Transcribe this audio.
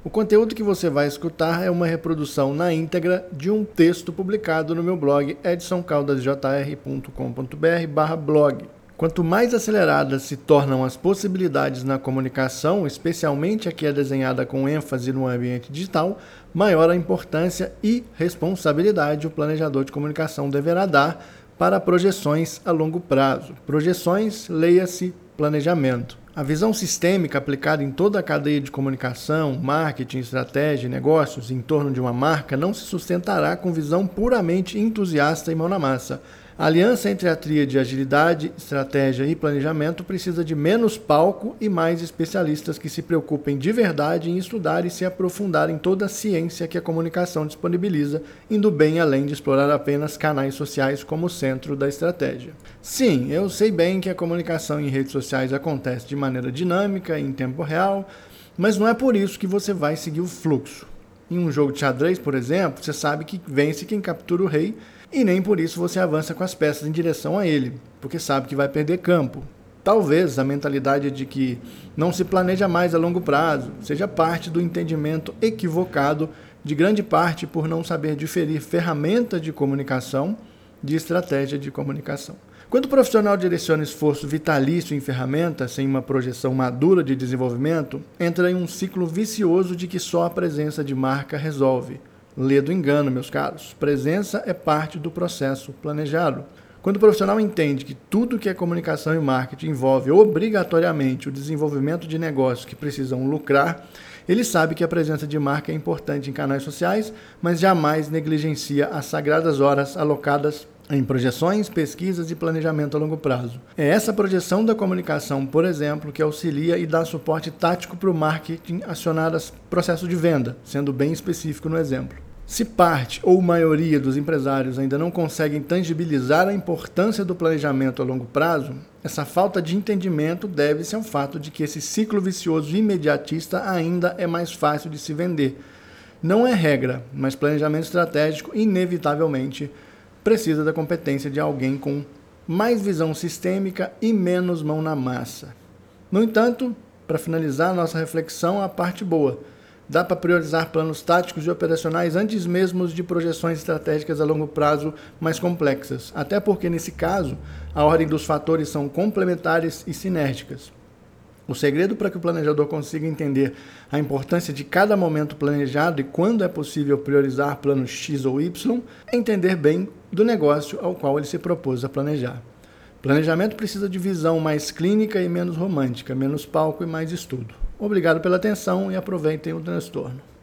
O conteúdo que você vai escutar é uma reprodução na íntegra de um texto publicado no meu blog edsonCaldasjr.com.br/blog. Quanto mais aceleradas se tornam as possibilidades na comunicação, especialmente a que é desenhada com ênfase no ambiente digital, maior a importância e responsabilidade o planejador de comunicação deverá dar para projeções a longo prazo. Projeções, leia-se planejamento. A visão sistêmica aplicada em toda a cadeia de comunicação, marketing, estratégia e negócios em torno de uma marca não se sustentará com visão puramente entusiasta e mão na massa. A aliança entre a tríade agilidade, estratégia e planejamento precisa de menos palco e mais especialistas que se preocupem de verdade em estudar e se aprofundar em toda a ciência que a comunicação disponibiliza, indo bem além de explorar apenas canais sociais como centro da estratégia. Sim, eu sei bem que a comunicação em redes sociais acontece de maneira dinâmica, em tempo real, mas não é por isso que você vai seguir o fluxo. Em um jogo de xadrez, por exemplo, você sabe que vence quem captura o rei, e nem por isso você avança com as peças em direção a ele, porque sabe que vai perder campo. Talvez a mentalidade de que não se planeja mais a longo prazo seja parte do entendimento equivocado de grande parte por não saber diferir ferramenta de comunicação de estratégia de comunicação. Quando o profissional direciona esforço vitalício em ferramentas sem uma projeção madura de desenvolvimento, entra em um ciclo vicioso de que só a presença de marca resolve. Lê do engano, meus caros. Presença é parte do processo planejado. Quando o profissional entende que tudo que é comunicação e marketing envolve obrigatoriamente o desenvolvimento de negócios que precisam lucrar, ele sabe que a presença de marca é importante em canais sociais, mas jamais negligencia as sagradas horas alocadas em projeções, pesquisas e planejamento a longo prazo. É essa projeção da comunicação, por exemplo, que auxilia e dá suporte tático para o marketing acionar os processos de venda, sendo bem específico no exemplo. Se parte ou maioria dos empresários ainda não conseguem tangibilizar a importância do planejamento a longo prazo, essa falta de entendimento deve-se ao fato de que esse ciclo vicioso imediatista ainda é mais fácil de se vender. Não é regra, mas planejamento estratégico inevitavelmente precisa da competência de alguém com mais visão sistêmica e menos mão na massa. No entanto, para finalizar nossa reflexão, a parte boa. Dá para priorizar planos táticos e operacionais antes mesmo de projeções estratégicas a longo prazo mais complexas, até porque, nesse caso, a ordem dos fatores são complementares e sinérgicas. O segredo para que o planejador consiga entender a importância de cada momento planejado e quando é possível priorizar planos X ou Y é entender bem do negócio ao qual ele se propôs a planejar. Planejamento precisa de visão mais clínica e menos romântica, menos palco e mais estudo. Obrigado pela atenção e aproveitem o transtorno.